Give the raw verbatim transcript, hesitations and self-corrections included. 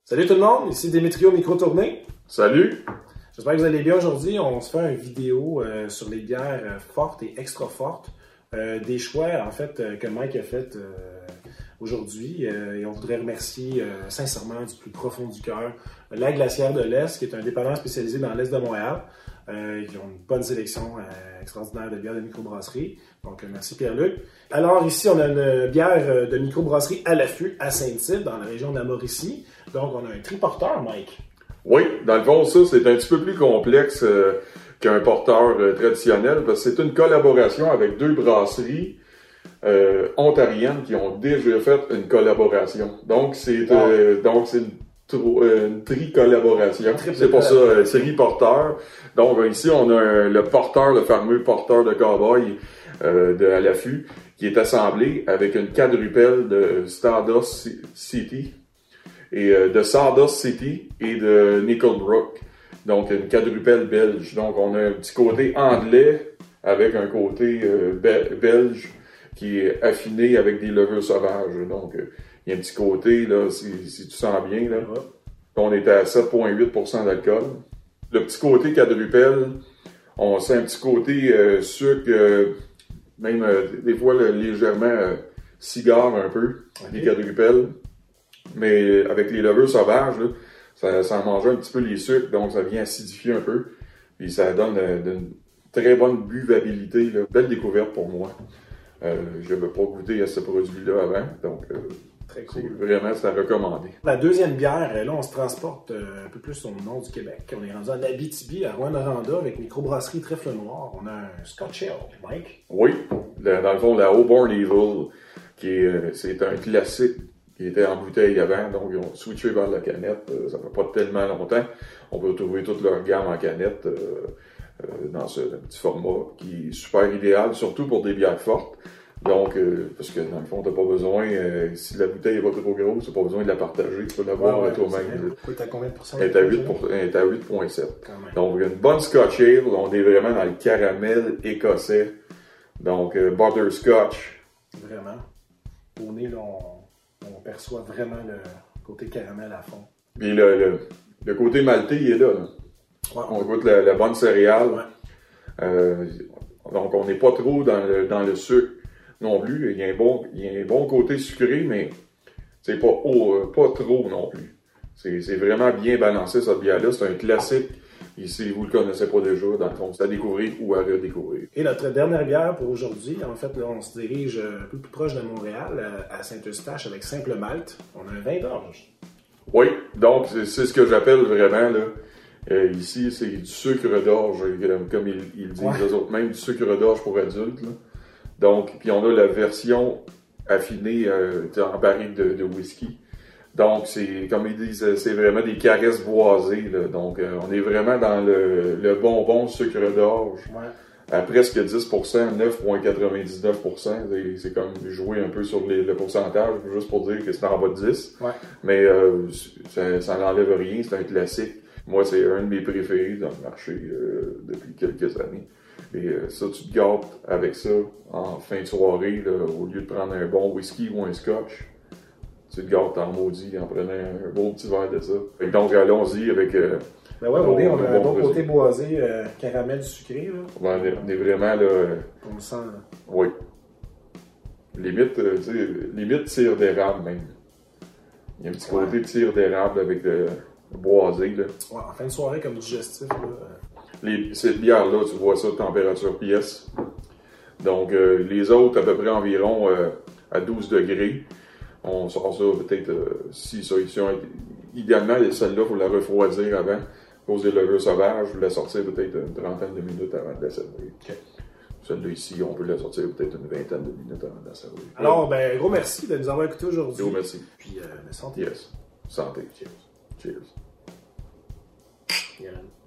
Salut tout le monde, ici Démétrio Micro-Tournée. Salut! J'espère que vous allez bien aujourd'hui. On se fait une vidéo euh, sur les bières euh, fortes et extra fortes. Euh, des choix, en fait, euh, que Mike a fait euh, aujourd'hui. Euh, et on voudrait remercier euh, sincèrement du plus profond du cœur La Glacière de l'Est, qui est un dépanneur spécialisé dans l'Est de Montréal. Euh, ils ont une bonne sélection euh, extraordinaire de bières de microbrasserie. Donc, euh, merci Pierre-Luc. Alors, ici, on a une bière de microbrasserie à l'affût à Saint-Tite, dans la région de la Mauricie. Donc, on a un triporteur, Mike. Oui, dans le fond, ça, c'est un petit peu plus complexe euh, qu'un porteur euh, traditionnel, parce que c'est une collaboration avec deux brasseries euh, ontariennes qui ont déjà fait une collaboration. Donc, c'est euh, wow. donc c'est une, euh, une tri-collaboration. C'est pour ça, euh, série porteur. Donc, ici, on a un, le porteur, le fameux porteur de cow-boy euh, de à l'affût, qui est assemblé avec une quadrupelle de Stardust City. et euh, de Sawdust City et de Nickelbrook. Donc, une quadrupelle belge. Donc, on a un petit côté anglais avec un côté euh, be- belge qui est affiné avec des levures sauvages. Donc, euh, il y a un petit côté, là, si, si tu sens bien, là. Ouais. On était à sept virgule huit pour cent d'alcool. Le petit côté quadrupelle, on sent un petit côté euh, sucre, euh, même euh, des fois là, légèrement euh, cigare un peu, okay. Les quadrupelles. Mais avec les levures sauvages, là, ça, ça en mange un petit peu les sucres, donc ça vient acidifier un peu. Puis ça donne euh, une très bonne buvabilité. Là. Belle découverte pour moi. Euh, je n'avais pas goûté à ce produit-là avant, donc euh, très cool. C'est vraiment c'est à recommander. La deuxième bière, là, on se transporte euh, un peu plus au nord du Québec. On est rendu en Abitibi, à Rouyn-Noranda, avec microbrasserie Trèfle Noir. On a un Scotch Ale, Mike. Oui, la, dans le fond, la Auburn Evil, qui est, euh, c'est un classique. Qui était en bouteille avant, donc ils ont switché vers la canette. Euh, ça fait pas tellement longtemps. On peut trouver toute leur gamme en canette euh, euh, dans ce petit format qui est super idéal, surtout pour des bières fortes. Donc, euh, parce que dans le fond, t'as pas besoin, euh, si la bouteille est pas trop grosse, t'as pas besoin de la partager, tu peux l'avoir ouais, ouais, toi-même. T'as combien de pourcents? Elle est à huit virgule sept. Donc, une bonne Scotch Ale, on est vraiment dans le caramel écossais. Donc, euh, butterscotch. Vraiment. Au nez, là, on... On perçoit vraiment le côté caramel à fond. Puis le, le, le côté maltais, il est là. là. Ouais. On goûte la, la bonne céréale. Ouais. Euh, donc, on n'est pas trop dans le, dans le sucre non plus. Il y a un bon, il y a un bon côté sucré, mais c'est pas, haut, pas trop non plus. C'est, c'est vraiment bien balancé, cette bière-là. C'est un classique. Et si vous ne le connaissez pas déjà, dans le fond, c'est à découvrir ou à redécouvrir. Et notre dernière bière pour aujourd'hui, en fait, là, on se dirige un peu plus proche de Montréal, à Saint-Eustache, avec Simple Malte. On a un vin d'orge. Oui, donc c'est, c'est ce que j'appelle vraiment, là. Euh, ici, c'est du sucre d'orge, comme ils, ils disent ouais. Eux autres, même du sucre d'orge pour adultes. Là. Donc, puis on a la version affinée euh, en barrique de, de whisky. Donc, c'est comme ils disent, c'est vraiment des caresses boisées. Là. Donc, euh, on est vraiment dans le, le bonbon sucre d'orge. Ouais. À presque dix pour cent, neuf virgule quatre-vingt-dix-neuf pour cent. C'est, c'est comme jouer un peu sur les, le pourcentage, juste pour dire que c'est en bas de dix. Ouais. Mais euh, ça, ça n'enlève rien, c'est un classique. Moi, c'est un de mes préférés dans le marché euh, depuis quelques années. Et euh, ça, tu te gâtes avec ça en fin de soirée, là, au lieu de prendre un bon whisky ou un scotch. Tu te gâtes en maudit en prenant un beau petit verre de ça. Et donc, allons-y avec... Euh, ben ouais, on, bon, est, on a un bon, bon côté boisé, euh, caramel sucré. Là. Ben, on, est, on est vraiment là... Euh, on le sent. Là. Oui. Limite, euh, tu sais, limite tire d'érable même. Il y a un petit ouais. côté tire d'érable avec le, le boisé. Là. Ouais, en fin de soirée, comme digestif. Là. Les, cette bière-là, tu vois ça, température pièce. Donc, euh, les autres, à peu près environ euh, à douze degrés. On sort ça peut-être, euh, si ça, si on, idéalement, celle-là, il faut la refroidir avant, à cause des levures sauvages, il faut la sortir peut-être une trentaine de minutes avant de la servir. Okay. Celle-là ici, on peut la sortir peut-être une vingtaine de minutes avant de la servir. Alors, ben, gros merci de nous avoir écoutés aujourd'hui. Gros merci. Puis, euh, santé. Yes. Santé. Cheers. Cheers. Yeah.